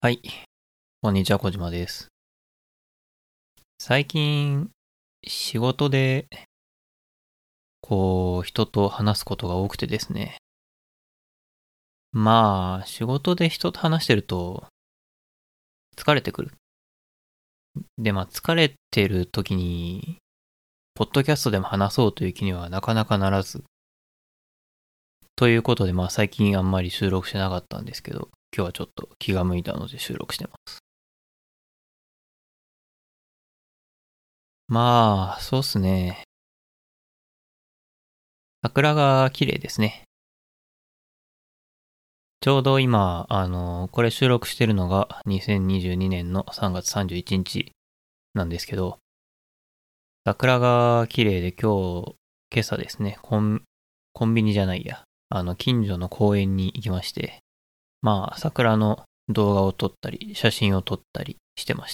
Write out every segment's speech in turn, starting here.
はい、こんにちは、小島です。最近、仕事で、人と話すことが多くてですね。仕事で人と話してると、疲れてくる。で、疲れてる時に、ポッドキャストでも話そうという気にはなかなかならず。ということで、最近あんまり収録してなかったんですけど、今日はちょっと気が向いたので収録してます。そうっすね。桜が綺麗ですね。ちょうど今、これ収録してるのが2022年の3月31日なんですけど、桜が綺麗で今朝ですね、コンビニじゃないや、近所の公園に行きまして、桜の動画を撮ったり、写真を撮ったりしてました。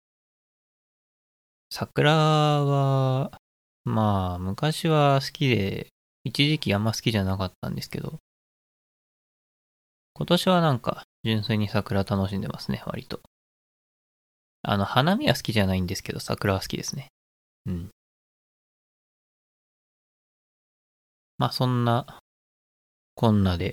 桜は、昔は好きで、一時期あんま好きじゃなかったんですけど、今年はなんか、純粋に桜楽しんでますね、割と。花見は好きじゃないんですけど、桜は好きですね。うん。そんなこんなで、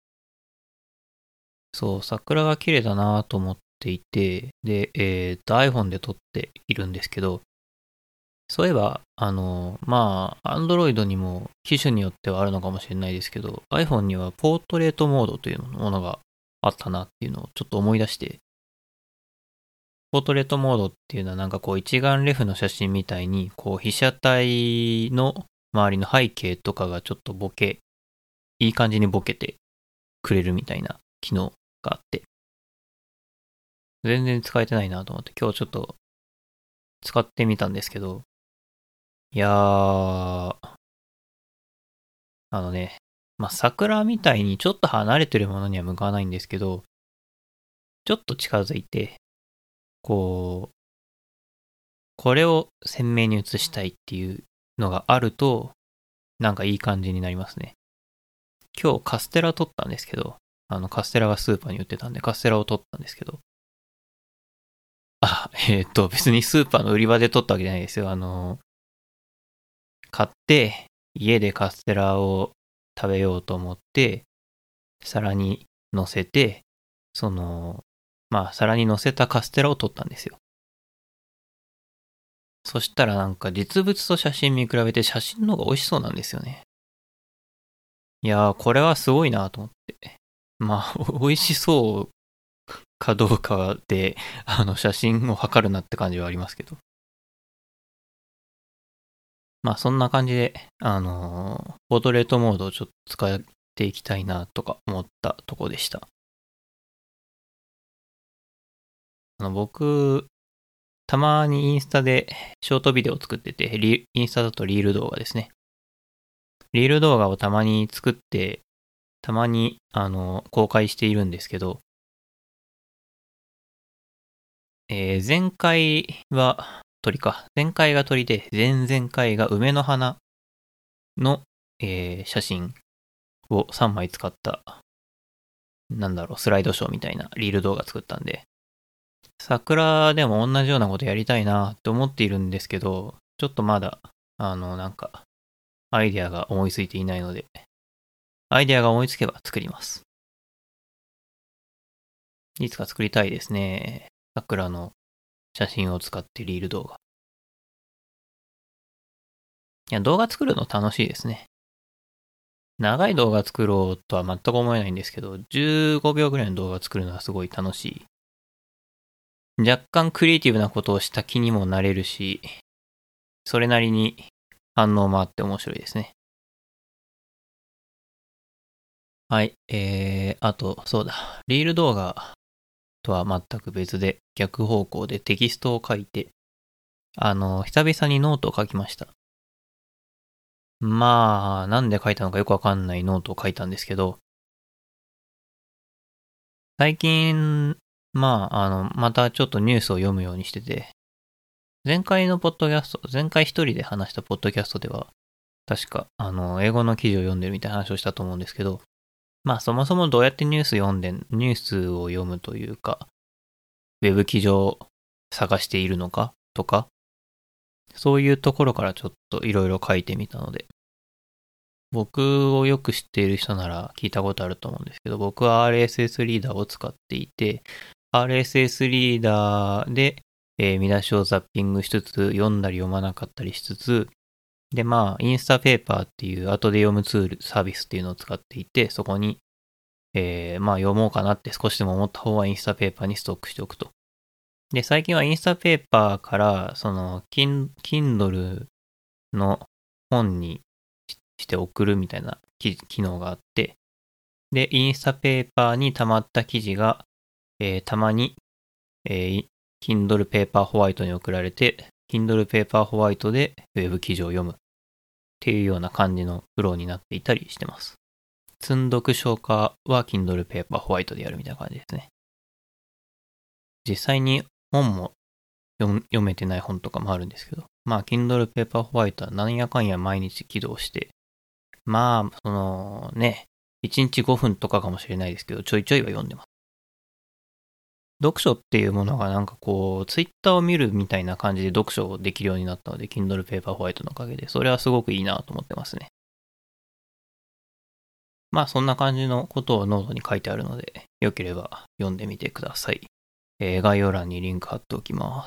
そう、桜が綺麗だなと思っていて、で、iPhone で撮っているんですけど、そういえば、Android にも機種によってはあるのかもしれないですけど、iPhone にはポートレートモードというものがあったなっていうのをちょっと思い出して、ポートレートモードっていうのはなんか一眼レフの写真みたいに、被写体の周りの背景とかがちょっといい感じにボケてくれるみたいな機能があって、全然使えてないなと思って、今日ちょっと使ってみたんですけど、いやー、あのね、桜みたいにちょっと離れてるものには向かわないんですけど、ちょっと近づいて、こう、これを鮮明に映したいっていうのがあると、なんかいい感じになりますね。今日カステラ撮ったんですけど、カステラがスーパーに売ってたんで、カステラを撮ったんですけど、別にスーパーの売り場で撮ったわけじゃないですよ。買って、家でカステラを食べようと思って、皿に乗せて、その、皿に乗せたカステラを撮ったんですよ。そしたらなんか実物と写真見比べて写真の方が美味しそうなんですよね。いやー、これはすごいなと思って。美味しそうかどうかで、写真を測るなって感じはありますけど。そんな感じで、ポートレートモードをちょっと使っていきたいなとか思ったとこでした。僕、たまにインスタでショートビデオを作ってて、インスタだとリール動画ですね。リール動画をたまに作って、たまに、公開しているんですけど、前回は鳥か。前回が鳥で、前々回が梅の花の、写真を3枚使った、スライドショーみたいなリール動画作ったんで、桜でも同じようなことやりたいなって思っているんですけど、ちょっとまだ、アイデアが思いついていないので、アイデアが思いつけば作ります。いつか作りたいですね。桜の写真を使ってリール動画。いや、動画作るの楽しいですね。長い動画作ろうとは全く思えないんですけど、15秒ぐらいの動画作るのはすごい楽しい。若干クリエイティブなことをした気にもなれるし、それなりに反応もあって面白いですね。はい。あと、そうだ。リール動画とは全く別で逆方向でテキストを書いて、久々にノートを書きました。なんで書いたのかよくわかんないノートを書いたんですけど、最近、またちょっとニュースを読むようにしてて、前回のポッドキャスト、前回一人で話したポッドキャストでは、確か、英語の記事を読んでるみたいな話をしたと思うんですけど、 まあそもそもどうやってニュースを読むというか、ウェブ記事を探しているのかとか、そういうところからちょっといろいろ書いてみたので、僕をよく知っている人なら聞いたことあると思うんですけど、僕は RSS リーダーを使っていて、RSS リーダーで、見出しをザッピングしつつ、読んだり読まなかったりしつつ、で、まあ、インスタペーパーっていう後で読むツール、サービスっていうのを使っていて、そこに、まあ読もうかなって少しでも思った方はインスタペーパーにストックしておくと。で、最近はインスタペーパーから、Kindle の本にして送るみたいな機能があって、で、インスタペーパーに溜まった記事が、たまに、Kindle ペーパーホワイトに送られて、Kindle ペーパーホワイトで Web 記事を読むっていうような感じのフローになっていたりしてます。積んどく消化は Kindle ペーパーホワイトでやるみたいな感じですね。実際に本も読めてない本とかもあるんですけど、まあ Kindle ペーパーホワイトはなんやかんや毎日起動して、まあ、1日5分とかかもしれないですけど、ちょいちょいは読んでます。読書っていうものがなんかこう、ツイッターを見るみたいな感じで読書をできるようになったので、Kindle Paper White のおかげで、それはすごくいいなと思ってますね。まあそんな感じのことをノートに書いてあるので、よければ読んでみてください。概要欄にリンク貼っておきます。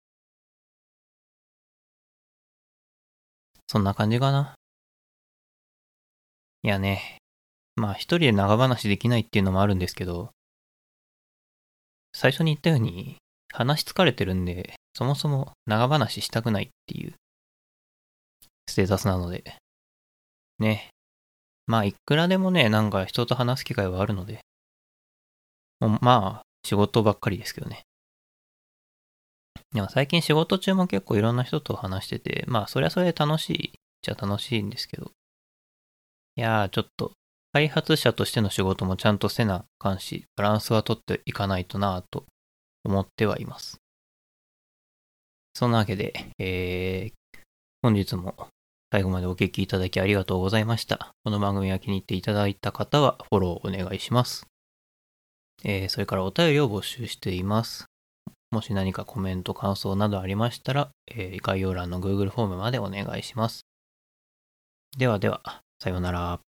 そんな感じかな。いやね、まあ一人で長話できないっていうのもあるんですけど、最初に言ったように、話疲れてるんで、そもそも長話したくないっていうステータスなので、ね。まあ、いくらでもね、なんか人と話す機会はあるので、まあ、仕事ばっかりですけどね。でも最近仕事中も結構いろんな人と話してて、まあ、それはそれで楽しいっちゃ楽しいんですけど、いやー、ちょっと、開発者としての仕事もちゃんとせなあかんし、バランスはとっていかないとなぁと思ってはいます。そんなわけで、本日も最後までお聞きいただきありがとうございました。この番組が気に入っていただいた方はフォローお願いします。それからお便りを募集しています。もし何かコメント、感想などありましたら、概要欄の Google フォームまでお願いします。ではでは、さようなら。